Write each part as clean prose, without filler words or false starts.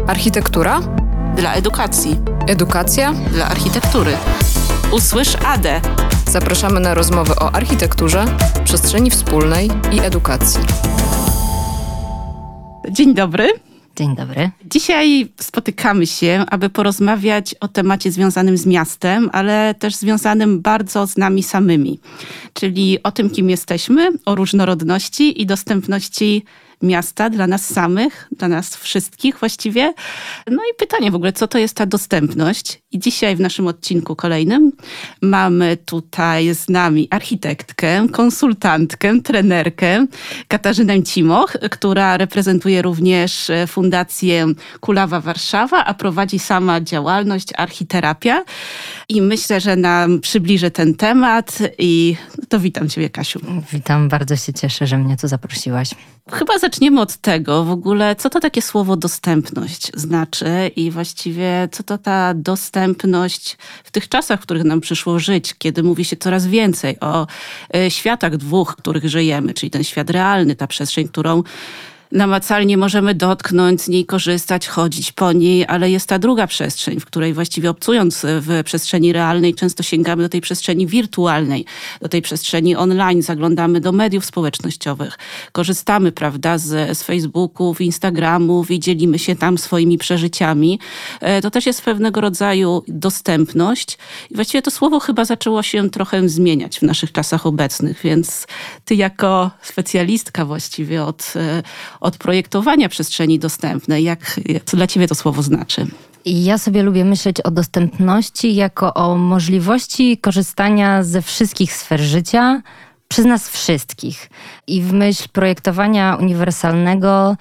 Architektura? Dla edukacji. Edukacja? Dla architektury. Usłysz ADE. Zapraszamy na rozmowy o architekturze, przestrzeni wspólnej i edukacji. Dzień dobry. Dzień dobry. Dzisiaj spotykamy się, aby porozmawiać o temacie związanym z miastem, ale też związanym bardzo z nami samymi. Czyli o tym, kim jesteśmy, o różnorodności i dostępności miasta dla nas samych, dla nas wszystkich właściwie. No i pytanie w ogóle, co to jest ta dostępność? I dzisiaj w naszym odcinku kolejnym mamy tutaj z nami architektkę, konsultantkę, trenerkę Katarzynę Cimoch, która reprezentuje również Fundację Kulawa Warszawa, a prowadzi sama działalność Architerapia. I myślę, że nam przybliży ten temat i to witam Ciebie, Kasiu. Witam, bardzo się cieszę, że mnie tu zaprosiłaś. Chyba zaczniemy od tego w ogóle, co to takie słowo dostępność znaczy i właściwie co to ta dostępność w tych czasach, w których nam przyszło żyć, kiedy mówi się coraz więcej o światach dwóch, w których żyjemy, czyli ten świat realny, ta przestrzeń, którą namacalnie możemy dotknąć, z niej korzystać, chodzić po niej, ale jest ta druga przestrzeń, w której właściwie obcując w przestrzeni realnej, często sięgamy do tej przestrzeni wirtualnej, do tej przestrzeni online, zaglądamy do mediów społecznościowych, korzystamy, prawda, z Facebooków, Instagramów i dzielimy się tam swoimi przeżyciami. To też jest pewnego rodzaju dostępność i właściwie to słowo chyba zaczęło się trochę zmieniać w naszych czasach obecnych, więc ty jako specjalistka właściwie od projektowania przestrzeni dostępnej. Co dla Ciebie to słowo znaczy? Ja sobie lubię myśleć o dostępności jako o możliwości korzystania ze wszystkich sfer życia przez nas wszystkich. I w myśl projektowania uniwersalnego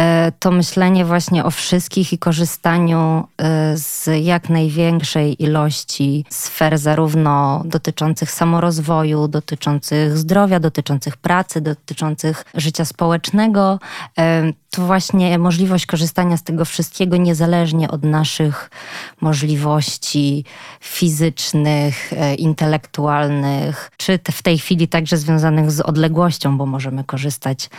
to myślenie właśnie o wszystkich i korzystaniu z jak największej ilości sfer, zarówno dotyczących samorozwoju, dotyczących zdrowia, dotyczących pracy, dotyczących życia społecznego. To właśnie możliwość korzystania z tego wszystkiego niezależnie od naszych możliwości fizycznych, intelektualnych, czy w tej chwili także związanych z odległością, bo możemy korzystać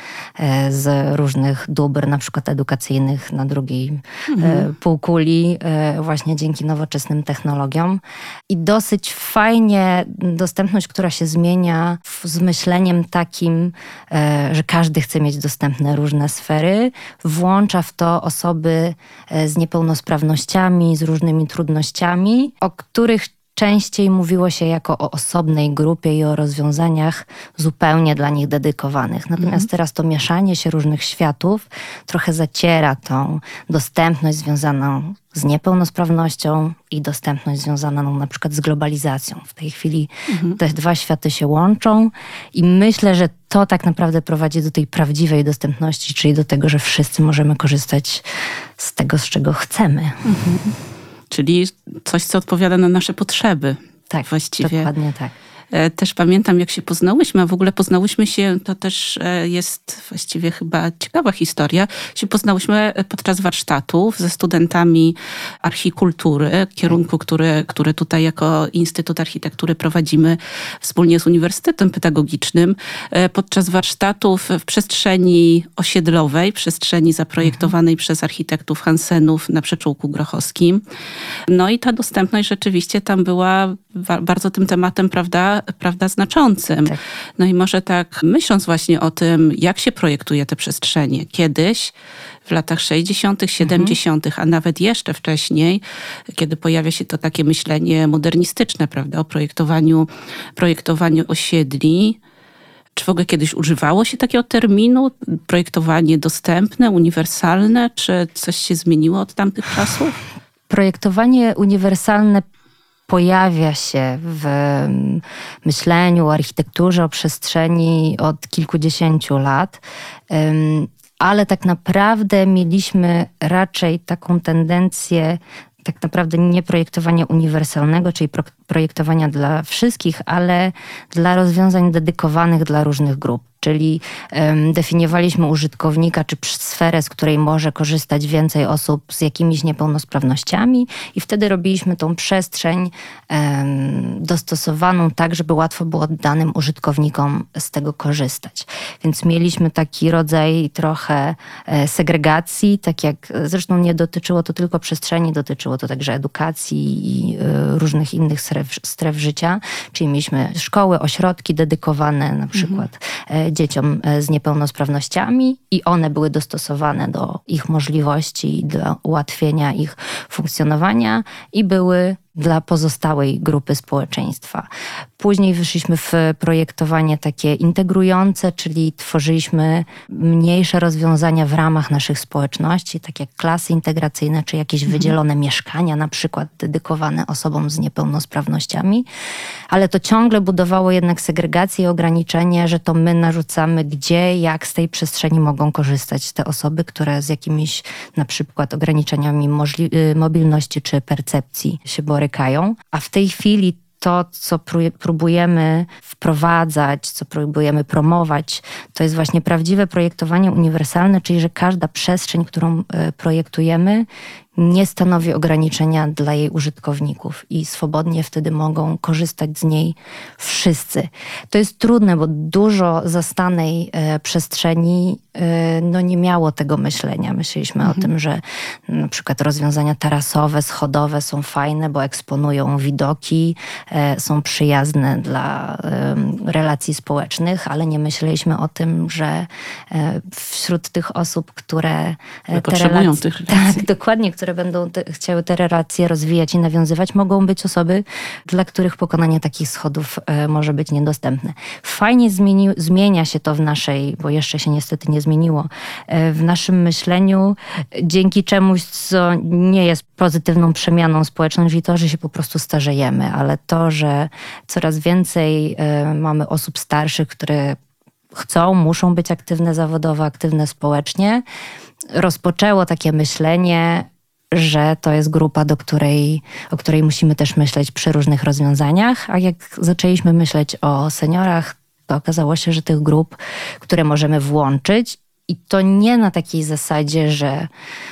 z różnych dóbr, na przykład edukacyjnych na drugiej półkuli, właśnie dzięki nowoczesnym technologiom. I dosyć fajnie dostępność, która się zmienia z myśleniem takim, że każdy chce mieć dostępne różne sfery, włącza w to osoby z niepełnosprawnościami, z różnymi trudnościami, o których częściej mówiło się jako o osobnej grupie i o rozwiązaniach zupełnie dla nich dedykowanych. Natomiast teraz to mieszanie się różnych światów trochę zaciera tą dostępność związaną z niepełnosprawnością i dostępność związaną na przykład z globalizacją. W tej chwili te dwa światy się łączą i myślę, że to tak naprawdę prowadzi do tej prawdziwej dostępności, czyli do tego, że wszyscy możemy korzystać z tego, z czego chcemy. Czyli coś, co odpowiada na nasze potrzeby. Tak, właściwie. Dokładnie tak. Też pamiętam, jak się poznałyśmy, a w ogóle poznałyśmy się, to też jest właściwie chyba ciekawa historia, się poznałyśmy podczas warsztatów ze studentami archikultury, kierunku, który tutaj jako Instytut Architektury prowadzimy wspólnie z Uniwersytetem Pedagogicznym. Podczas warsztatów w przestrzeni osiedlowej, przestrzeni zaprojektowanej przez architektów Hansenów na Przyczółku Grochowskim. No i ta dostępność rzeczywiście tam była bardzo tym tematem, prawda, znaczącym. Tak. No i może tak myśląc właśnie o tym, jak się projektuje te przestrzenie. Kiedyś w latach 60., 70., a nawet jeszcze wcześniej, kiedy pojawia się to takie myślenie modernistyczne, prawda, o projektowaniu osiedli. Czy w ogóle kiedyś używało się takiego terminu? Projektowanie dostępne, uniwersalne? Czy coś się zmieniło od tamtych czasów? Projektowanie uniwersalne pojawia się w myśleniu o architekturze, o przestrzeni od kilkudziesięciu lat, ale tak naprawdę mieliśmy raczej taką tendencję tak naprawdę nie projektowania uniwersalnego, czyli projektowania dla wszystkich, ale dla rozwiązań dedykowanych dla różnych grup. Czyli definiowaliśmy użytkownika czy sferę, z której może korzystać więcej osób z jakimiś niepełnosprawnościami i wtedy robiliśmy tą przestrzeń dostosowaną tak, żeby łatwo było danym użytkownikom z tego korzystać. Więc mieliśmy taki rodzaj trochę segregacji, tak jak zresztą nie dotyczyło to tylko przestrzeni, dotyczyło to także edukacji i różnych innych stref życia, czyli mieliśmy szkoły, ośrodki dedykowane na przykład dzieciom z niepełnosprawnościami i one były dostosowane do ich możliwości i do ułatwienia ich funkcjonowania i były dla pozostałej grupy społeczeństwa. Później wyszliśmy w projektowanie takie integrujące, czyli tworzyliśmy mniejsze rozwiązania w ramach naszych społeczności, tak jak klasy integracyjne, czy jakieś wydzielone mieszkania, na przykład dedykowane osobom z niepełnosprawnościami, ale to ciągle budowało jednak segregację i ograniczenie, że to my narzucamy, gdzie, jak z tej przestrzeni mogą korzystać te osoby, które z jakimiś na przykład ograniczeniami mobilności czy percepcji się borykają. A w tej chwili to, co próbujemy wprowadzać, co próbujemy promować, to jest właśnie prawdziwe projektowanie uniwersalne, czyli że każda przestrzeń, którą projektujemy, nie stanowi ograniczenia dla jej użytkowników i swobodnie wtedy mogą korzystać z niej wszyscy. To jest trudne, bo dużo zastanej przestrzeni nie miało tego myślenia. Myśleliśmy o tym, że na przykład rozwiązania tarasowe, schodowe są fajne, bo eksponują widoki, są przyjazne dla relacji społecznych, ale nie myśleliśmy o tym, że wśród tych osób, które potrzebują tych relacji. Tak, dokładnie, które będą chciały te relacje rozwijać i nawiązywać, mogą być osoby, dla których pokonanie takich schodów może być niedostępne. Fajnie zmienia się to w naszej, bo jeszcze się niestety nie zmieniło, w naszym myśleniu, dzięki czemuś, co nie jest pozytywną przemianą społeczną, czyli to, że się po prostu starzejemy, ale to, że coraz więcej mamy osób starszych, które muszą być aktywne zawodowo, aktywne społecznie, rozpoczęło takie myślenie, że to jest grupa, o której musimy też myśleć przy różnych rozwiązaniach, a jak zaczęliśmy myśleć o seniorach, to okazało się, że tych grup, które możemy włączyć i to nie na takiej zasadzie, że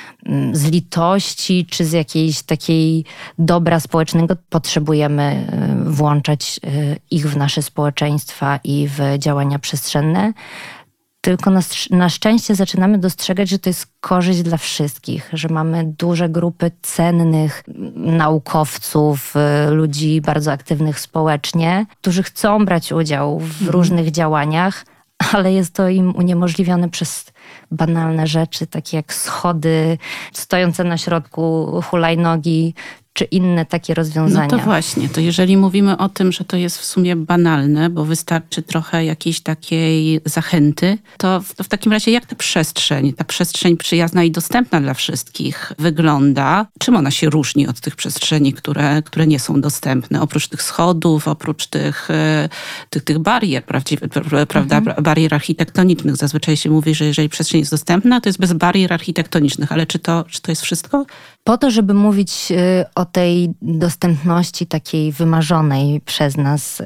z litości czy z jakiejś takiej dobra społecznego potrzebujemy włączać ich w nasze społeczeństwa i w działania przestrzenne, tylko na szczęście zaczynamy dostrzegać, że to jest korzyść dla wszystkich, że mamy duże grupy cennych naukowców, ludzi bardzo aktywnych społecznie, którzy chcą brać udział w różnych działaniach, ale jest to im uniemożliwione przez banalne rzeczy, takie jak schody, stojące na środku hulajnogi, czy inne takie rozwiązania. No to właśnie, to jeżeli mówimy o tym, że to jest w sumie banalne, bo wystarczy trochę jakiejś takiej zachęty, to w takim razie jak ta przestrzeń przyjazna i dostępna dla wszystkich wygląda? Czym ona się różni od tych przestrzeni, które nie są dostępne? Oprócz tych schodów, oprócz tych barier, prawda, barier architektonicznych. Zazwyczaj się mówi, że jeżeli przestrzeń jest dostępna, to jest bez barier architektonicznych, ale czy to jest wszystko? Po to, żeby mówić o tej dostępności takiej wymarzonej przez nas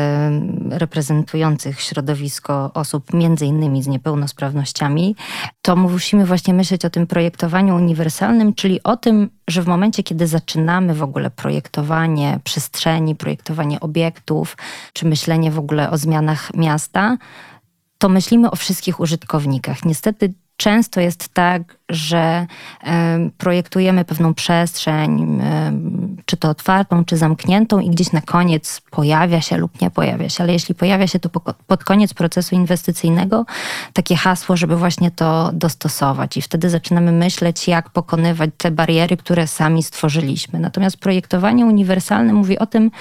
reprezentujących środowisko osób między innymi z niepełnosprawnościami, to musimy właśnie myśleć o tym projektowaniu uniwersalnym, czyli o tym, że w momencie, kiedy zaczynamy w ogóle projektowanie przestrzeni, projektowanie obiektów, czy myślenie w ogóle o zmianach miasta, to myślimy o wszystkich użytkownikach. Niestety często jest tak, że projektujemy pewną przestrzeń, czy to otwartą, czy zamkniętą i gdzieś na koniec pojawia się lub nie pojawia się, ale jeśli pojawia się to pod koniec procesu inwestycyjnego takie hasło, żeby właśnie to dostosować i wtedy zaczynamy myśleć, jak pokonywać te bariery, które sami stworzyliśmy. Natomiast projektowanie uniwersalne mówi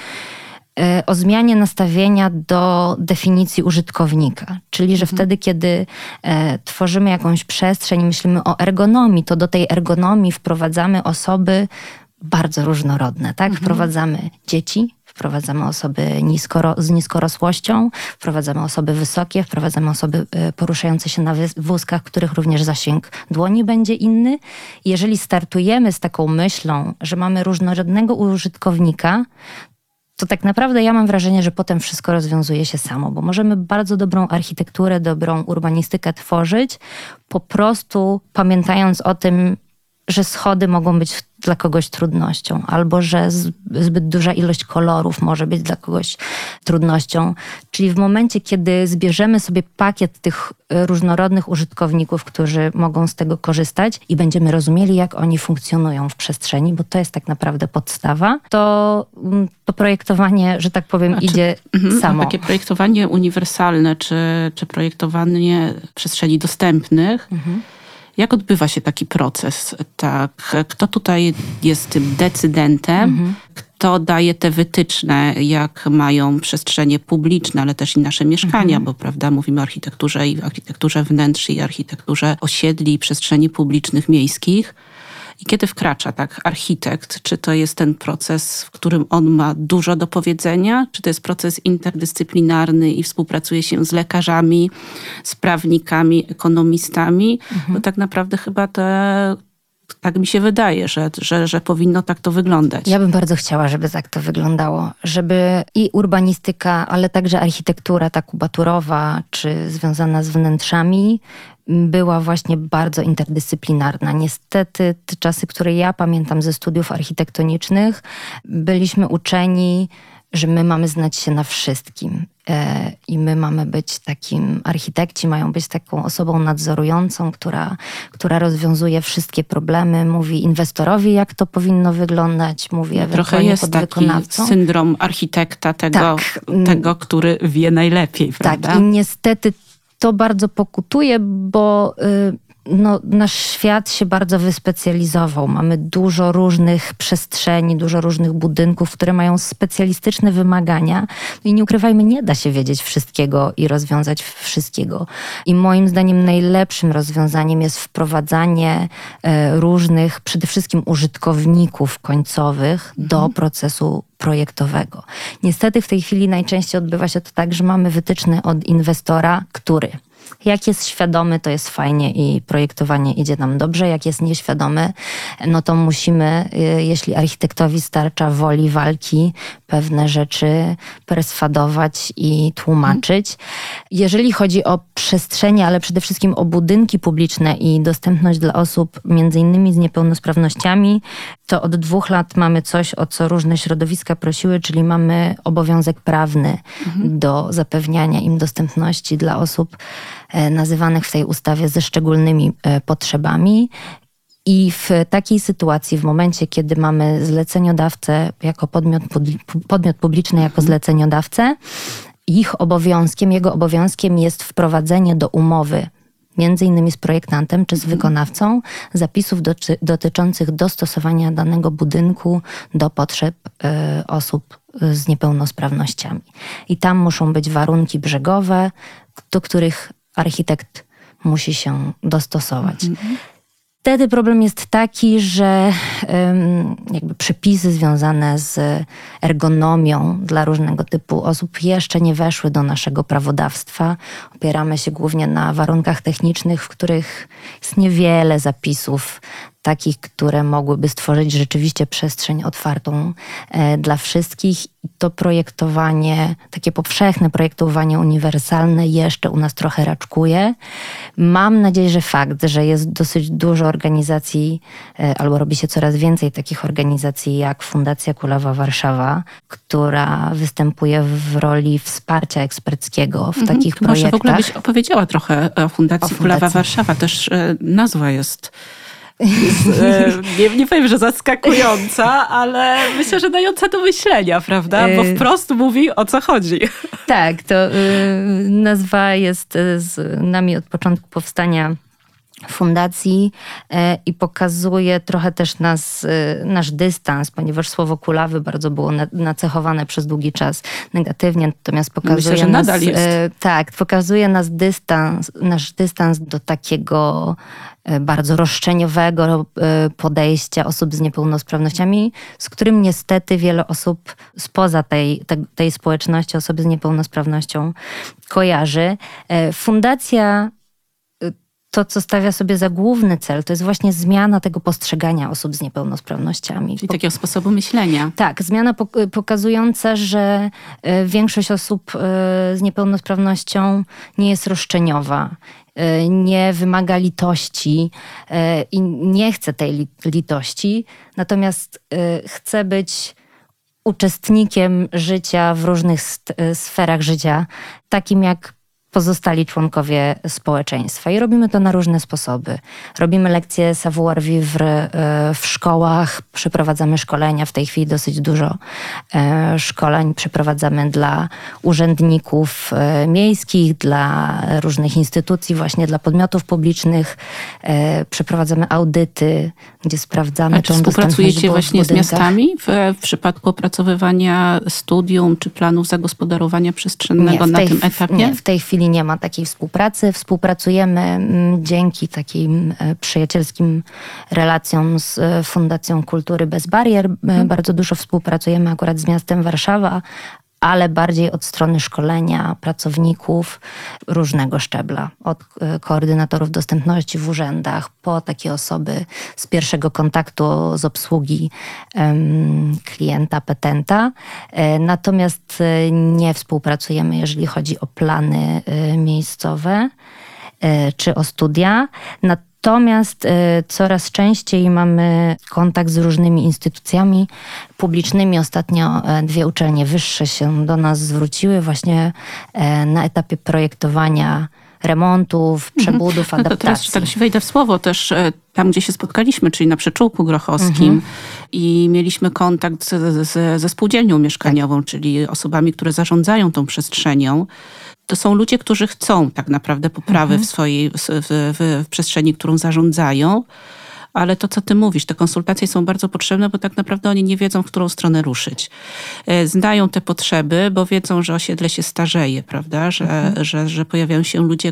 o zmianie nastawienia do definicji użytkownika. Czyli, że wtedy, kiedy tworzymy jakąś przestrzeń i myślimy o ergonomii, to do tej ergonomii wprowadzamy osoby bardzo różnorodne. Tak? Wprowadzamy dzieci, wprowadzamy osoby z niskorosłością, wprowadzamy osoby wysokie, wprowadzamy osoby poruszające się na wózkach, których również zasięg dłoni będzie inny. Jeżeli startujemy z taką myślą, że mamy różnorodnego użytkownika, to tak naprawdę ja mam wrażenie, że potem wszystko rozwiązuje się samo, bo możemy bardzo dobrą architekturę, dobrą urbanistykę tworzyć, po prostu pamiętając o tym, że schody mogą być dla kogoś trudnością, albo że zbyt duża ilość kolorów może być dla kogoś trudnością. Czyli w momencie, kiedy zbierzemy sobie pakiet tych różnorodnych użytkowników, którzy mogą z tego korzystać i będziemy rozumieli, jak oni funkcjonują w przestrzeni, bo to jest tak naprawdę podstawa, to projektowanie, że tak powiem, idzie samo. Takie projektowanie uniwersalne, czy projektowanie przestrzeni dostępnych, jak odbywa się taki proces? Tak, kto tutaj jest tym decydentem? Kto daje te wytyczne, jak mają przestrzenie publiczne, ale też i nasze mieszkania, bo prawda, mówimy o architekturze i architekturze wnętrz i architekturze osiedli i przestrzeni publicznych miejskich. I kiedy wkracza tak architekt, czy to jest ten proces, w którym on ma dużo do powiedzenia, czy to jest proces interdyscyplinarny i współpracuje się z lekarzami, z prawnikami, ekonomistami? Bo tak naprawdę chyba tak mi się wydaje, że powinno tak to wyglądać. Ja bym bardzo chciała, żeby tak to wyglądało. Żeby i urbanistyka, ale także architektura ta kubaturowa, czy związana z wnętrzami, była właśnie bardzo interdyscyplinarna. Niestety te czasy, które ja pamiętam ze studiów architektonicznych, byliśmy uczeni, że my mamy znać się na wszystkim. I my mamy być architekci mają być taką osobą nadzorującą, która rozwiązuje wszystkie problemy, mówi inwestorowi, jak to powinno wyglądać, mówi trochę jest taki syndrom architekta, tego, który wie najlepiej, prawda? Tak, i niestety to bardzo pokutuje, bo nasz świat się bardzo wyspecjalizował. Mamy dużo różnych przestrzeni, dużo różnych budynków, które mają specjalistyczne wymagania. I nie ukrywajmy, nie da się wiedzieć wszystkiego i rozwiązać wszystkiego. I moim zdaniem najlepszym rozwiązaniem jest wprowadzanie różnych, przede wszystkim użytkowników końcowych do procesu projektowego. Niestety w tej chwili najczęściej odbywa się to tak, że mamy wytyczne od inwestora, który jak jest świadomy, to jest fajnie i projektowanie idzie nam dobrze. Jak jest nieświadomy, no to musimy, jeśli architektowi starcza woli walki, pewne rzeczy perswadować i tłumaczyć. Jeżeli chodzi o przestrzenie, ale przede wszystkim o budynki publiczne i dostępność dla osób między innymi z niepełnosprawnościami, to od 2 lat mamy coś, o co różne środowiska prosiły, czyli mamy obowiązek prawny do zapewniania im dostępności dla osób nazywanych w tej ustawie ze szczególnymi potrzebami. I w takiej sytuacji, w momencie, kiedy mamy zleceniodawcę jako podmiot publiczny jako zleceniodawcę, jego obowiązkiem jest wprowadzenie do umowy między innymi z projektantem czy z wykonawcą zapisów dotyczących dostosowania danego budynku do potrzeb osób z niepełnosprawnościami. I tam muszą być warunki brzegowe, do których architekt musi się dostosować. Wtedy problem jest taki, że jakby przepisy związane z ergonomią dla różnego typu osób jeszcze nie weszły do naszego prawodawstwa. Opieramy się głównie na warunkach technicznych, w których jest niewiele zapisów takich, które mogłyby stworzyć rzeczywiście przestrzeń otwartą dla wszystkich. I to projektowanie, takie powszechne projektowanie uniwersalne jeszcze u nas trochę raczkuje. Mam nadzieję, że fakt, że jest dosyć dużo organizacji, albo robi się coraz więcej takich organizacji jak Fundacja Kulawa Warszawa, która występuje w roli wsparcia eksperckiego w takich projektach. Może w ogóle byś opowiedziała trochę o Fundacji Kulawa Warszawa. Też nazwa jest... nie powiem, że zaskakująca, ale myślę, że dająca do myślenia, prawda? Bo wprost mówi, o co chodzi. Tak, to nazwa jest z nami od początku powstania fundacji i pokazuje trochę też nasz dystans, ponieważ słowo kulawy bardzo było nacechowane przez długi czas negatywnie, natomiast pokazuje myślę, że nadal jest. Tak, pokazuje nasz dystans do takiego bardzo roszczeniowego podejścia osób z niepełnosprawnościami, z którym niestety wiele osób spoza tej społeczności, osoby z niepełnosprawnością kojarzy. Fundacja to, co stawia sobie za główny cel, to jest właśnie zmiana tego postrzegania osób z niepełnosprawnościami. Czyli takiego sposobu myślenia. Tak, zmiana pokazująca, że większość osób z niepełnosprawnością nie jest roszczeniowa, nie wymaga litości i nie chce tej litości, natomiast chce być uczestnikiem życia w różnych sferach życia, takim jak pozostali członkowie społeczeństwa. I robimy to na różne sposoby. Robimy lekcje savoir-vivre w szkołach, przeprowadzamy szkolenia, w tej chwili dosyć dużo szkoleń przeprowadzamy dla urzędników miejskich, dla różnych instytucji, właśnie dla podmiotów publicznych. Przeprowadzamy audyty, gdzie sprawdzamy tą dostępność. Współpracujecie właśnie z miastami w przypadku opracowywania studium czy planów zagospodarowania przestrzennego na tym etapie? Nie, w tej chwili nie ma takiej współpracy. Współpracujemy dzięki takim przyjacielskim relacjom z Fundacją Kultury Bez Barier. Bardzo dużo współpracujemy akurat z miastem Warszawa, ale bardziej od strony szkolenia pracowników różnego szczebla. Od koordynatorów dostępności w urzędach, po takie osoby z pierwszego kontaktu z obsługi klienta, petenta. Natomiast nie współpracujemy, jeżeli chodzi o plany miejscowe czy o studia. Natomiast coraz częściej mamy kontakt z różnymi instytucjami publicznymi. Ostatnio 2 uczelnie wyższe się do nas zwróciły właśnie na etapie projektowania remontów, przebudów, adaptacji. Teraz tak się wejdę w słowo też tam, gdzie się spotkaliśmy, czyli na Przyczółku Grochowskim i mieliśmy kontakt ze spółdzielnią mieszkaniową, czyli osobami, które zarządzają tą przestrzenią. To są ludzie, którzy chcą tak naprawdę poprawy w swojej w przestrzeni, którą zarządzają. Ale to, co ty mówisz, te konsultacje są bardzo potrzebne, bo tak naprawdę oni nie wiedzą, w którą stronę ruszyć. Znają te potrzeby, bo wiedzą, że osiedle się starzeje, prawda? Że pojawiają się ludzie,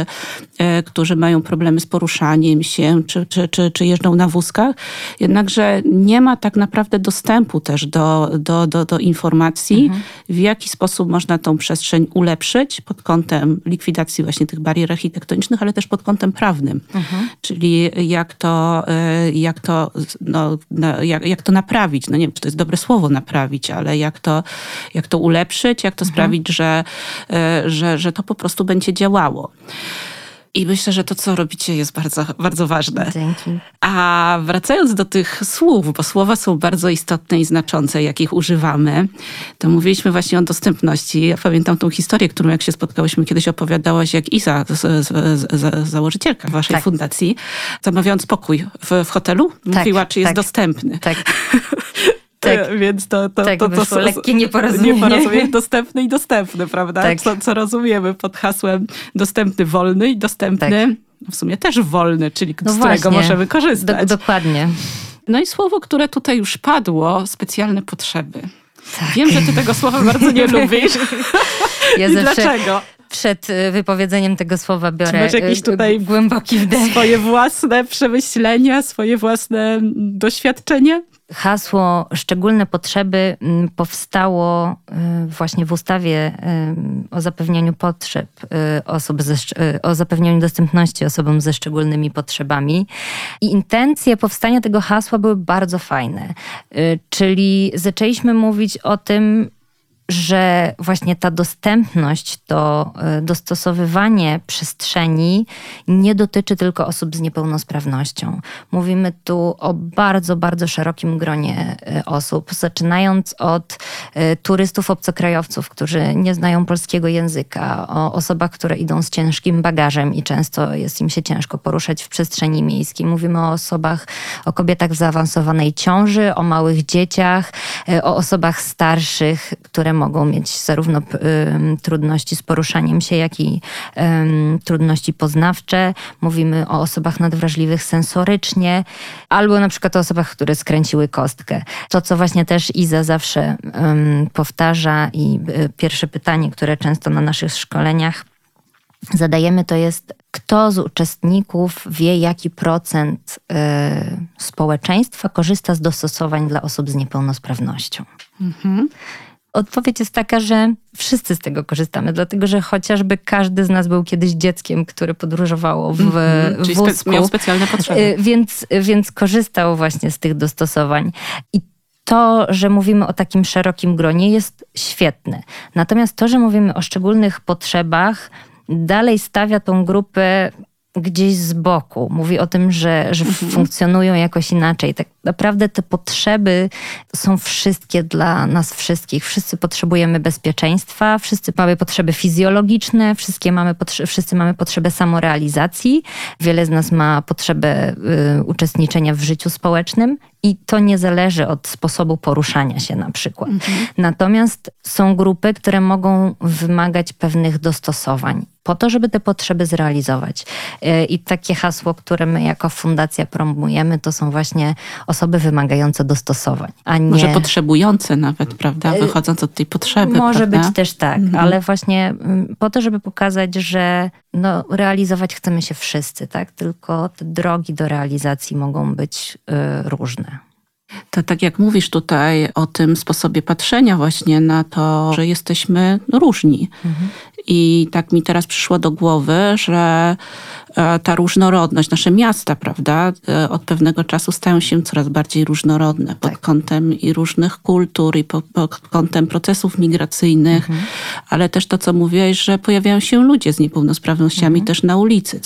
którzy mają problemy z poruszaniem się, czy jeżdżą na wózkach. Jednakże nie ma tak naprawdę dostępu też do informacji, w jaki sposób można tą przestrzeń ulepszyć pod kątem likwidacji właśnie tych barier architektonicznych, ale też pod kątem prawnym. Czyli jak to naprawić. No nie wiem, czy to jest dobre słowo naprawić, ale jak to ulepszyć, jak to sprawić, że to po prostu będzie działało. I myślę, że to, co robicie, jest bardzo, bardzo ważne. Dzięki. A wracając do tych słów, bo słowa są bardzo istotne i znaczące, jakich używamy, to mówiliśmy właśnie o dostępności. Ja pamiętam tą historię, którą jak się spotkałyśmy, kiedyś opowiadałaś, jak Iza, założycielka waszej fundacji, zamawiając pokój w hotelu, mówiła, czy jest dostępny. Tak. Tak. Więc to wyszło lekkie nieporozumienie. Dostępny i dostępny, prawda? Tak. Co rozumiemy pod hasłem dostępny, wolny i dostępny, w sumie też wolny, czyli z którego możemy korzystać. Dokładnie. No i słowo, które tutaj już padło, specjalne potrzeby. Tak. Wiem, że ty tego słowa bardzo nie lubisz. Ja I dlaczego? Przed wypowiedzeniem tego słowa biorę masz jakiś tutaj głęboki wdech. Swoje własne przemyślenia, swoje własne doświadczenie? Hasło szczególne potrzeby powstało właśnie w ustawie o zapewnianiu potrzeb o zapewnianiu dostępności osobom ze szczególnymi potrzebami. I intencje powstania tego hasła były bardzo fajne. Czyli zaczęliśmy mówić o tym, że właśnie ta dostępność, to dostosowywanie przestrzeni nie dotyczy tylko osób z niepełnosprawnością. Mówimy tu o bardzo, bardzo szerokim gronie osób, zaczynając od turystów obcokrajowców, którzy nie znają polskiego języka, o osobach, które idą z ciężkim bagażem i często jest im się ciężko poruszać w przestrzeni miejskiej. Mówimy o osobach, o kobietach w zaawansowanej ciąży, o małych dzieciach, o osobach starszych, które mogą mieć zarówno trudności z poruszaniem się, jak i trudności poznawcze. Mówimy o osobach nadwrażliwych sensorycznie, albo na przykład o osobach, które skręciły kostkę. To, co właśnie też Iza zawsze powtarza i pierwsze pytanie, które często na naszych szkoleniach zadajemy, to jest, kto z uczestników wie, jaki procent społeczeństwa korzysta z dostosowań dla osób z niepełnosprawnością. Odpowiedź jest taka, że wszyscy z tego korzystamy, dlatego że chociażby każdy z nas był kiedyś dzieckiem, które podróżowało w Czyli wózku. miał specjalne potrzeby. Więc korzystał właśnie z tych dostosowań. I to, że mówimy o takim szerokim gronie, jest świetne. Natomiast to, że mówimy o szczególnych potrzebach, dalej stawia tą grupę gdzieś z boku. Mówi o tym, że funkcjonują jakoś inaczej. Tak naprawdę te potrzeby są wszystkie dla nas wszystkich. Wszyscy potrzebujemy bezpieczeństwa, wszyscy mamy potrzeby fizjologiczne, wszyscy mamy potrzebę samorealizacji. Wiele z nas ma potrzebę uczestniczenia w życiu społecznym i to nie zależy od sposobu poruszania się na przykład. Natomiast są grupy, które mogą wymagać pewnych dostosowań po to, żeby te potrzeby zrealizować. I takie hasło, które my jako fundacja promujemy, to są właśnie osoby wymagające dostosowań, a nie... Może potrzebujące nawet, prawda? Wychodząc od tej potrzeby, Może prawda? być też tak, ale właśnie po to, żeby pokazać, że realizować chcemy się wszyscy, tak? Tylko te drogi do realizacji mogą być różne. To tak jak mówisz tutaj o tym sposobie patrzenia właśnie na to, że jesteśmy różni. I tak mi teraz przyszło do głowy, że ta różnorodność, nasze miasta, prawda, od pewnego czasu stają się coraz bardziej różnorodne pod kątem i różnych kultur, i pod kątem procesów migracyjnych, ale też to, co mówiłeś, że pojawiają się ludzie z niepełnosprawnościami też na ulicy,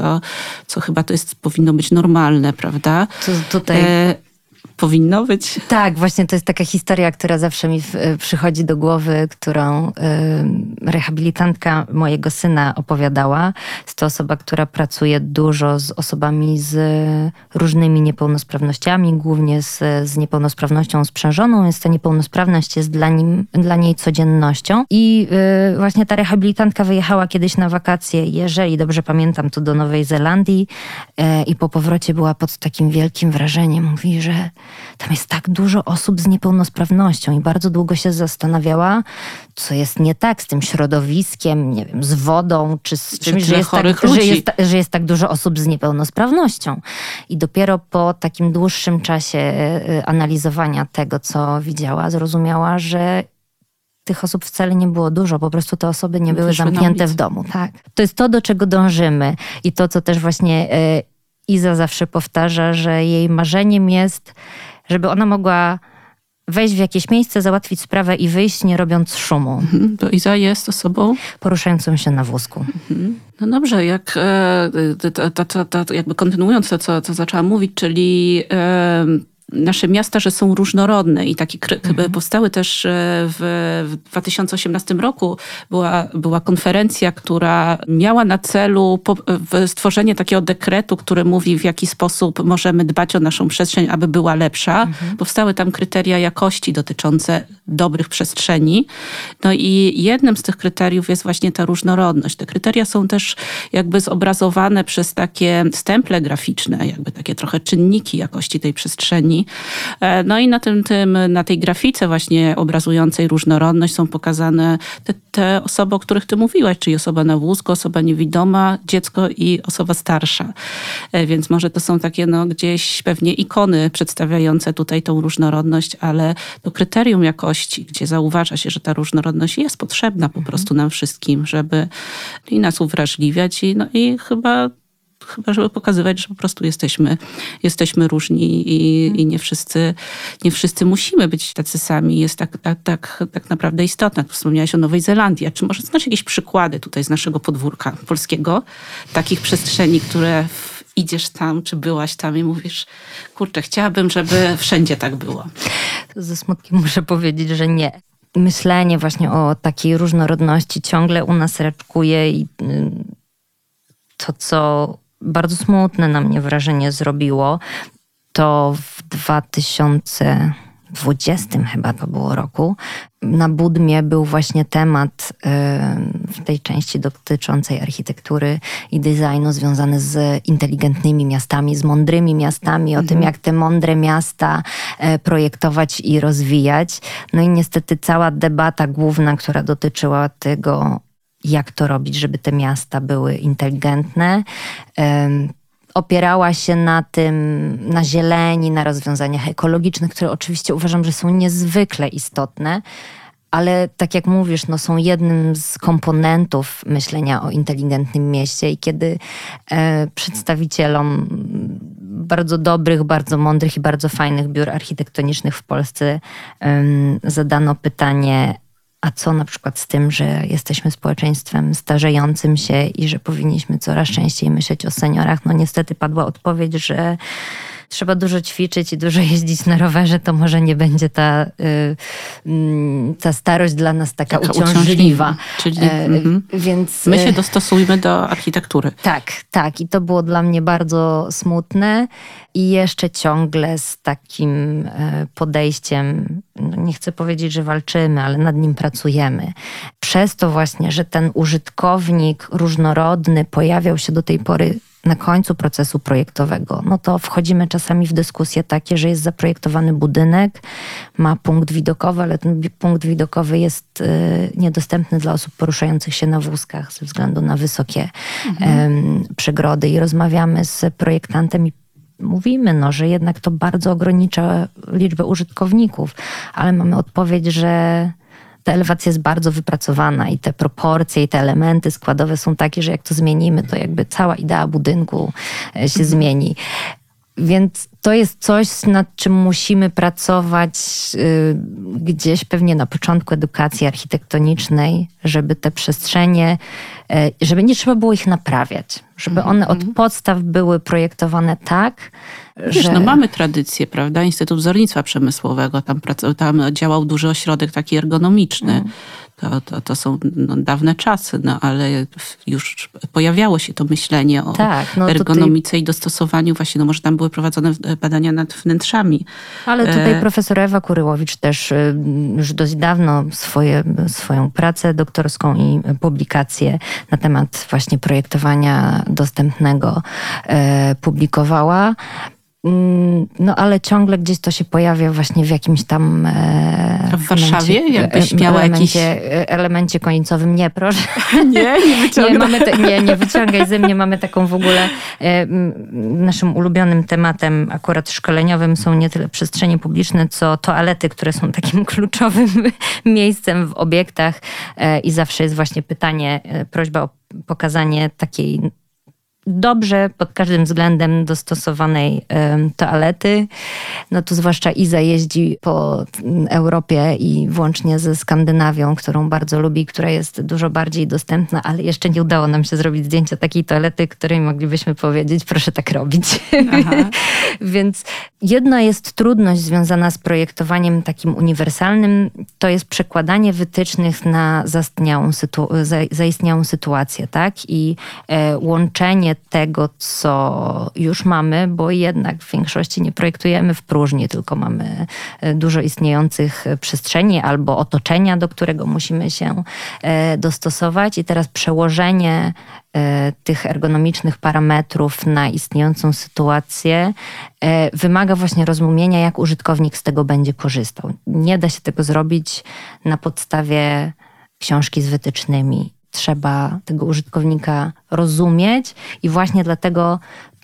co chyba to powinno być normalne, prawda? Tutaj... Powinno być. Tak, właśnie to jest taka historia, która zawsze mi przychodzi do głowy, którą rehabilitantka mojego syna opowiadała. Jest to osoba, która pracuje dużo z osobami z różnymi niepełnosprawnościami, głównie z niepełnosprawnością sprzężoną, więc ta niepełnosprawność jest dla niej codziennością. I właśnie ta rehabilitantka wyjechała kiedyś na wakacje, jeżeli dobrze pamiętam, to do Nowej Zelandii i po powrocie była pod takim wielkim wrażeniem. Mówi, że tam jest tak dużo osób z niepełnosprawnością i bardzo długo się zastanawiała, co jest nie tak z tym środowiskiem, nie wiem, z wodą, czy z czymś, że jest tak dużo osób z niepełnosprawnością. I dopiero po takim dłuższym czasie analizowania tego, co widziała, zrozumiała, że tych osób wcale nie było dużo, po prostu te osoby nie były zamknięte w domu. Tak. To jest to, do czego dążymy i to, co też właśnie Iza zawsze powtarza, że jej marzeniem jest, żeby ona mogła wejść w jakieś miejsce, załatwić sprawę i wyjść, nie robiąc szumu. To Iza jest osobą poruszającą się na wózku. No dobrze, jak jakby kontynuując to, co zaczęłam mówić, czyli nasze miasta, że są różnorodne i takie powstały też w 2018 roku. Była konferencja, która miała na celu stworzenie takiego dekretu, który mówi, w jaki sposób możemy dbać o naszą przestrzeń, aby była lepsza. Powstały tam kryteria jakości dotyczące dobrych przestrzeni. No i jednym z tych kryteriów jest właśnie ta różnorodność. Te kryteria są też jakby zobrazowane przez takie stemple graficzne, jakby takie trochę czynniki jakości tej przestrzeni. No i na tej grafice właśnie obrazującej różnorodność są pokazane te osoby, o których ty mówiłaś, czyli osoba na wózku, osoba niewidoma, dziecko i osoba starsza. Więc może to są takie gdzieś pewnie ikony przedstawiające tutaj tą różnorodność, ale to kryterium jakości, gdzie zauważa się, że ta różnorodność jest potrzebna po prostu nam wszystkim, żeby i nas uwrażliwiać i chyba żeby pokazywać, że po prostu jesteśmy różni i nie wszyscy musimy być tacy sami. Jest tak naprawdę istotne. Wspomniałaś o Nowej Zelandii. A czy może znasz jakieś przykłady tutaj z naszego podwórka polskiego? Takich przestrzeni, które idziesz tam, czy byłaś tam i mówisz, kurczę, chciałabym, żeby wszędzie tak było. Ze smutkiem muszę powiedzieć, że nie. Myślenie właśnie o takiej różnorodności ciągle u nas raczkuje i to, co bardzo smutne na mnie wrażenie zrobiło, to w 2020 chyba to było roku, na Budmie był właśnie temat w tej części dotyczącej architektury i designu związany z inteligentnymi miastami, z mądrymi miastami, o tym, jak te mądre miasta projektować i rozwijać. No i niestety cała debata główna, która dotyczyła tego, jak to robić, żeby te miasta były inteligentne, opierała się na zieleni, na rozwiązaniach ekologicznych, które oczywiście uważam, że są niezwykle istotne, ale tak jak mówisz, no są jednym z komponentów myślenia o inteligentnym mieście i kiedy przedstawicielom bardzo dobrych, bardzo mądrych i bardzo fajnych biur architektonicznych w Polsce zadano pytanie, a co na przykład z tym, że jesteśmy społeczeństwem starzejącym się i że powinniśmy coraz częściej myśleć o seniorach? No niestety padła odpowiedź, że trzeba dużo ćwiczyć i dużo jeździć na rowerze, to może nie będzie ta starość dla nas taka uciążliwa. Czyli Więc my się dostosujmy do architektury. Tak. I to było dla mnie bardzo smutne. I jeszcze ciągle z takim podejściem, no nie chcę powiedzieć, że walczymy, ale nad nim pracujemy. Przez to właśnie, że ten użytkownik różnorodny pojawiał się do tej pory na końcu procesu projektowego, no to wchodzimy czasami w dyskusje takie, że jest zaprojektowany budynek, ma punkt widokowy, ale ten punkt widokowy jest niedostępny dla osób poruszających się na wózkach ze względu na wysokie przegrody. I rozmawiamy z projektantem i mówimy, no, że jednak to bardzo ogranicza liczbę użytkowników, ale mamy odpowiedź, że ta elewacja jest bardzo wypracowana i te proporcje i te elementy składowe są takie, że jak to zmienimy, to jakby cała idea budynku się zmieni. Więc to jest coś, nad czym musimy pracować gdzieś pewnie na początku edukacji architektonicznej, żeby te przestrzenie, żeby nie trzeba było ich naprawiać, żeby one od podstaw były projektowane tak, Wiesz, że... no mamy tradycję, prawda? Instytut Wzornictwa Przemysłowego, tam działał duży ośrodek taki ergonomiczny. To są dawne czasy, no ale już pojawiało się to myślenie o ergonomice i dostosowaniu właśnie, no może tam były prowadzone badania nad wnętrzami. Ale tutaj profesor Ewa Kuryłowicz też już dość dawno swoją pracę doktorską i publikację na temat właśnie projektowania dostępnego publikowała. No ale ciągle gdzieś to się pojawia właśnie w jakimś tam w Warszawie? Jakbyś miała elemencie końcowym. Nie, proszę. Nie wyciągaj. Nie wyciągaj ze mnie. Mamy taką w ogóle naszym ulubionym tematem akurat szkoleniowym są nie tyle przestrzenie publiczne, co toalety, które są takim kluczowym miejscem w obiektach i zawsze jest właśnie pytanie, prośba o pokazanie takiej dobrze pod każdym względem dostosowanej toalety. No tu zwłaszcza Iza jeździ po Europie i włącznie ze Skandynawią, którą bardzo lubi, która jest dużo bardziej dostępna, ale jeszcze nie udało nam się zrobić zdjęcia takiej toalety, której moglibyśmy powiedzieć, proszę tak robić. Więc jedna jest trudność związana z projektowaniem takim uniwersalnym, to jest przekładanie wytycznych na zaistniałą sytuację, tak? I łączenie tego, co już mamy, bo jednak w większości nie projektujemy w próżni, tylko mamy dużo istniejących przestrzeni albo otoczenia, do którego musimy się dostosować. I teraz przełożenie tych ergonomicznych parametrów na istniejącą sytuację wymaga właśnie rozumienia, jak użytkownik z tego będzie korzystał. Nie da się tego zrobić na podstawie książki z wytycznymi. Trzeba tego użytkownika rozumieć i właśnie dlatego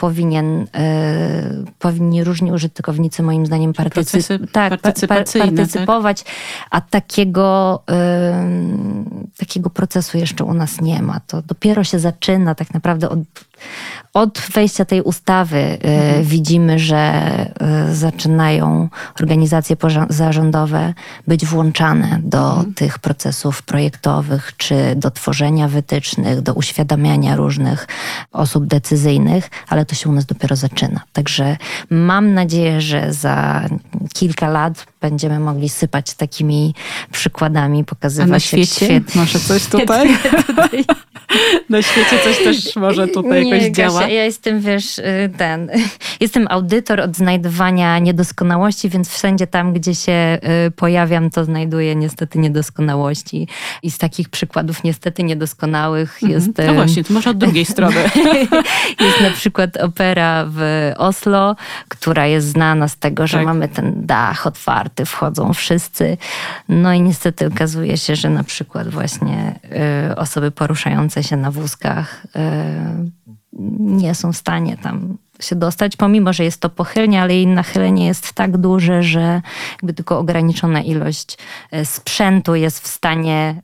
powinni różni użytkownicy moim zdaniem partycypować, tak? A takiego procesu jeszcze u nas nie ma. To dopiero się zaczyna tak naprawdę od wejścia tej ustawy. Widzimy, że zaczynają organizacje pozarządowe być włączane do tych procesów projektowych, czy do tworzenia wytycznych, do uświadamiania różnych osób decyzyjnych, ale to się u nas dopiero zaczyna. Także mam nadzieję, że za kilka lat będziemy mogli sypać takimi przykładami, pokazywać. A na świecie? Może coś tutaj? Na świecie coś też może tutaj jakoś działa? Ja jestem, jestem audytor od znajdowania niedoskonałości, więc wszędzie tam, gdzie się pojawiam, to znajduję niestety niedoskonałości. I z takich przykładów niestety niedoskonałych jest... No właśnie, to może od drugiej strony. Jest na przykład opera w Oslo, która jest znana z tego, że mamy ten dach otwarty, wchodzą wszyscy. No i niestety okazuje się, że na przykład właśnie osoby poruszające się na wózkach nie są w stanie tam się dostać, pomimo, że jest to pochylnia, ale jej nachylenie jest tak duże, że jakby tylko ograniczona ilość sprzętu jest w stanie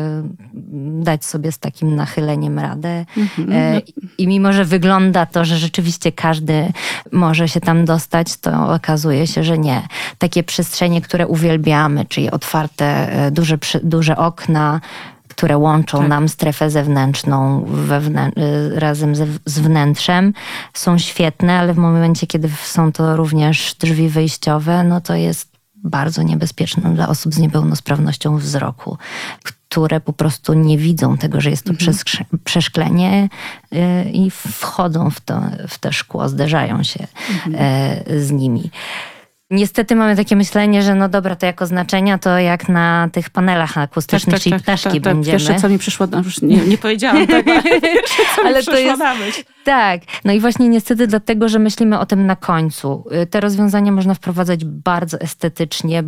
dać sobie z takim nachyleniem radę. I mimo, że wygląda to, że rzeczywiście każdy może się tam dostać, to okazuje się, że nie. Takie przestrzenie, które uwielbiamy, czyli otwarte, duże okna, które łączą nam strefę zewnętrzną razem z wnętrzem, są świetne, ale w momencie, kiedy są to również drzwi wyjściowe, no to jest bardzo niebezpieczne dla osób z niepełnosprawnością wzroku, które po prostu nie widzą tego, że jest to przeszklenie i wchodzą w to szkło, zderzają się z nimi. Niestety mamy takie myślenie, że no dobra, to jako oznaczenia, to jak na tych panelach akustycznych, czyli ptaszki będziemy. Pierwsze, co mi przyszło, no już nie powiedziałam tego, ale pierwsze, co ale mi to przyszło jest, na myśl. Tak, no i właśnie niestety dlatego, że myślimy o tym na końcu. Te rozwiązania można wprowadzać bardzo estetycznie,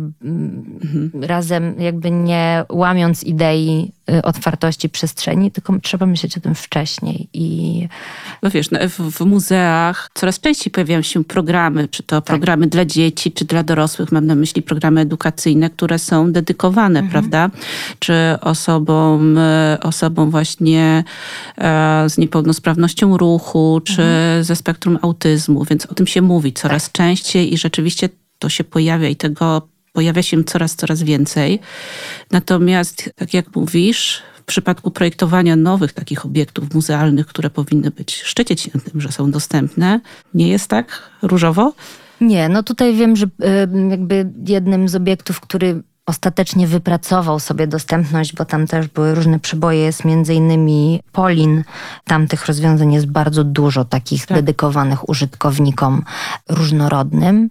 razem jakby nie łamiąc idei otwartości przestrzeni, tylko trzeba myśleć o tym wcześniej. No wiesz, w muzeach coraz częściej pojawiają się programy, czy to programy dla dzieci, czy dla dorosłych. Mam na myśli programy edukacyjne, które są dedykowane, prawda? Czy osobom właśnie z niepełnosprawnością ruchu, czy ze spektrum autyzmu. Więc o tym się mówi coraz częściej i rzeczywiście to się pojawia i tego pojawia się coraz więcej. Natomiast, tak jak mówisz, w przypadku projektowania nowych takich obiektów muzealnych, które powinny szczycić się tym, że są dostępne, nie jest tak różowo? Nie, no tutaj wiem, że jakby jednym z obiektów, który ostatecznie wypracował sobie dostępność, bo tam też były różne przeboje, jest między innymi Polin. Tam tych rozwiązań jest bardzo dużo takich dedykowanych użytkownikom różnorodnym.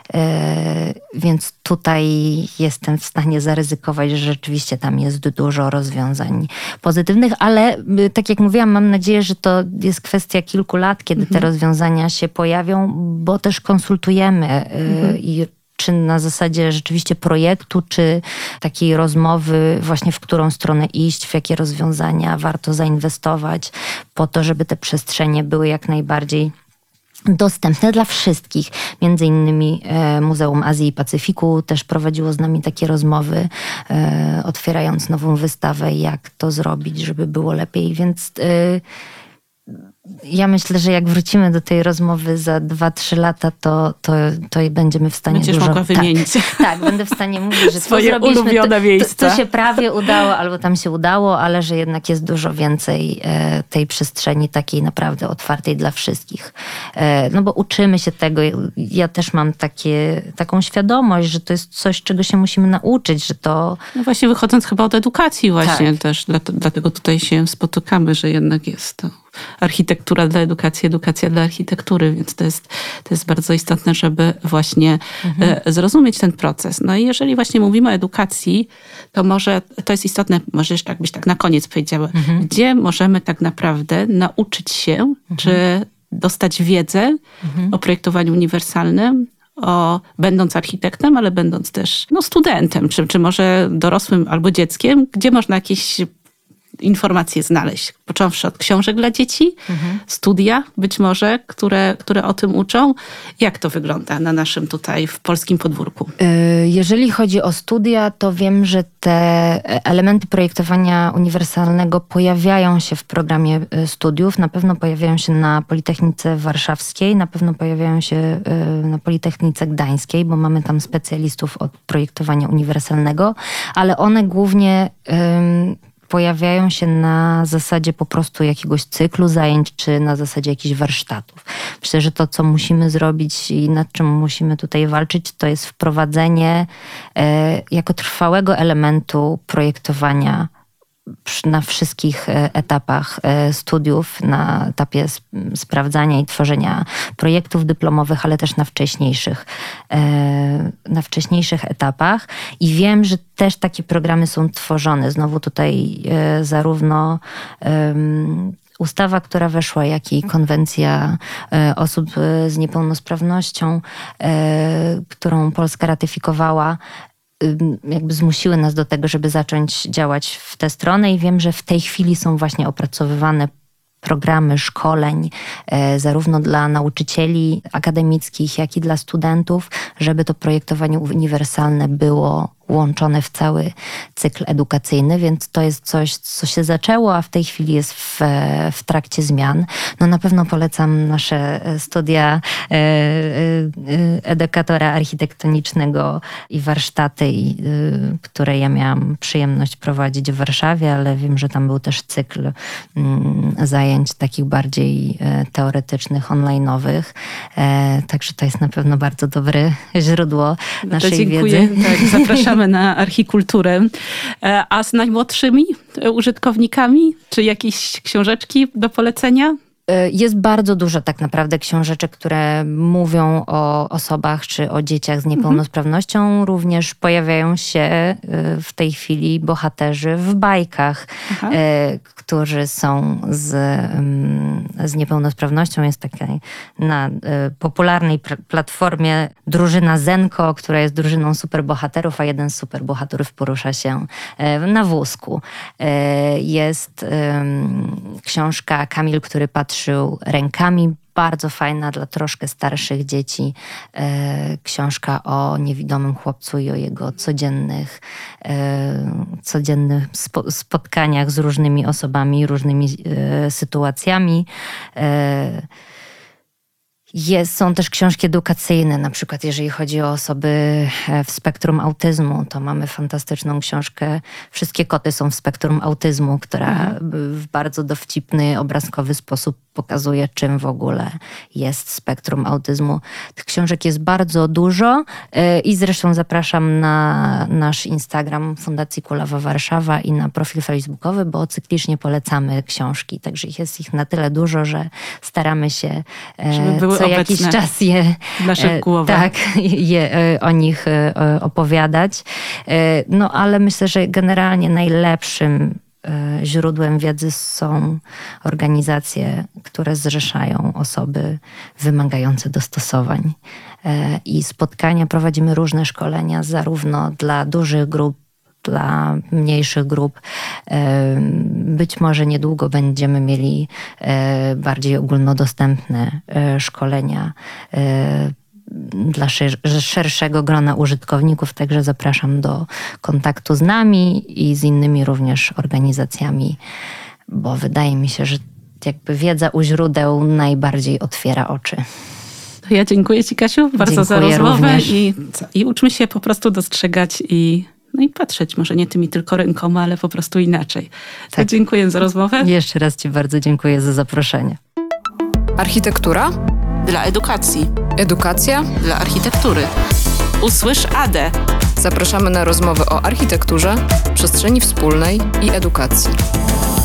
Więc tutaj jestem w stanie zaryzykować, że rzeczywiście tam jest dużo rozwiązań pozytywnych, ale tak jak mówiłam, mam nadzieję, że to jest kwestia kilku lat, kiedy te rozwiązania się pojawią, bo też konsultujemy i czy na zasadzie rzeczywiście projektu, czy takiej rozmowy właśnie w którą stronę iść, w jakie rozwiązania warto zainwestować po to, żeby te przestrzenie były jak najbardziej dostępne dla wszystkich. Między innymi Muzeum Azji i Pacyfiku też prowadziło z nami takie rozmowy, otwierając nową wystawę, jak to zrobić, żeby było lepiej, więc ja myślę, że jak wrócimy do tej rozmowy za 2-3 lata, to będziemy w stanie Będziesz dużo... mogła wymienić. Tak, będę w stanie mówić, że swoje to zrobiliśmy, ulubione miejsca. to się prawie udało, albo tam się udało, ale że jednak jest dużo więcej tej przestrzeni takiej naprawdę otwartej dla wszystkich. No bo uczymy się tego. Ja też mam taką świadomość, że to jest coś, czego się musimy nauczyć, że to... No właśnie wychodząc chyba od edukacji właśnie też, dlatego tutaj się spotykamy, że jednak jest to architektura dla edukacji, edukacja dla architektury, więc to jest bardzo istotne, żeby właśnie zrozumieć ten proces. No i jeżeli właśnie mówimy o edukacji, to może to jest istotne, może jeszcze jakbyś tak na koniec powiedziała, gdzie możemy tak naprawdę nauczyć się, czy dostać wiedzę o projektowaniu uniwersalnym, będąc architektem, ale będąc też studentem, czy może dorosłym albo dzieckiem, gdzie można jakieś informacje znaleźć, począwszy od książek dla dzieci, studia być może, które o tym uczą. Jak to wygląda na naszym tutaj w polskim podwórku? Jeżeli chodzi o studia, to wiem, że te elementy projektowania uniwersalnego pojawiają się w programie studiów. Na pewno pojawiają się na Politechnice Warszawskiej, na pewno pojawiają się na Politechnice Gdańskiej, bo mamy tam specjalistów od projektowania uniwersalnego, ale one głównie pojawiają się na zasadzie po prostu jakiegoś cyklu zajęć, czy na zasadzie jakichś warsztatów. Myślę, że to, co musimy zrobić i nad czym musimy tutaj walczyć, to jest wprowadzenie jako trwałego elementu projektowania na wszystkich etapach studiów, na etapie sprawdzania i tworzenia projektów dyplomowych, ale też na wcześniejszych etapach. I wiem, że też takie programy są tworzone. Znowu tutaj zarówno ustawa, która weszła, jak i konwencja osób z niepełnosprawnością, którą Polska ratyfikowała, jakby zmusiły nas do tego, żeby zacząć działać w tę stronę i wiem, że w tej chwili są właśnie opracowywane programy szkoleń, zarówno dla nauczycieli akademickich, jak i dla studentów, żeby to projektowanie uniwersalne było łączone w cały cykl edukacyjny, więc to jest coś, co się zaczęło, a w tej chwili jest w trakcie zmian. No na pewno polecam nasze studia edukatora architektonicznego i warsztaty, które ja miałam przyjemność prowadzić w Warszawie, ale wiem, że tam był też cykl zajęć takich bardziej teoretycznych, online'owych. Także to jest na pewno bardzo dobre źródło naszej wiedzy. Tak, zapraszamy na archikulturę. A z najmłodszymi użytkownikami? Czy jakieś książeczki do polecenia? Jest bardzo dużo tak naprawdę książeczek, które mówią o osobach czy o dzieciach z niepełnosprawnością. Również pojawiają się w tej chwili bohaterzy w bajkach, którzy są z niepełnosprawnością. Jest taka na popularnej platformie drużyna Zenko, która jest drużyną superbohaterów, a jeden z superbohaterów porusza się na wózku. Jest książka Kamil, który patrzył rękami, bardzo fajna dla troszkę starszych dzieci. Książka o niewidomym chłopcu i o jego codziennych spotkaniach z różnymi osobami, różnymi sytuacjami. Są też książki edukacyjne, na przykład jeżeli chodzi o osoby w spektrum autyzmu, to mamy fantastyczną książkę Wszystkie koty są w spektrum autyzmu, która w bardzo dowcipny, obrazkowy sposób pokazuje, czym w ogóle jest spektrum autyzmu. Tych książek jest bardzo dużo i zresztą zapraszam na nasz Instagram Fundacji Kulawa Warszawa i na profil facebookowy, bo cyklicznie polecamy książki. Także jest ich na tyle dużo, że staramy się co jakiś czas w naszych głowach. O nich opowiadać. No ale myślę, że generalnie najlepszym źródłem wiedzy są organizacje, które zrzeszają osoby wymagające dostosowań. I spotkania, prowadzimy różne szkolenia, zarówno dla dużych grup, dla mniejszych grup. Być może niedługo będziemy mieli bardziej ogólnodostępne szkolenia dla szerszego grona użytkowników, także zapraszam do kontaktu z nami i z innymi również organizacjami, bo wydaje mi się, że jakby wiedza u źródeł najbardziej otwiera oczy. To ja dziękuję Ci, Kasiu, bardzo za rozmowę i uczmy się po prostu dostrzegać i patrzeć, może nie tymi tylko rękoma, ale po prostu inaczej. Tak. To dziękuję za rozmowę. Jeszcze raz Ci bardzo dziękuję za zaproszenie. Architektura? Dla edukacji. Edukacja? Dla architektury. Usłysz ADE. Zapraszamy na rozmowy o architekturze, przestrzeni wspólnej i edukacji.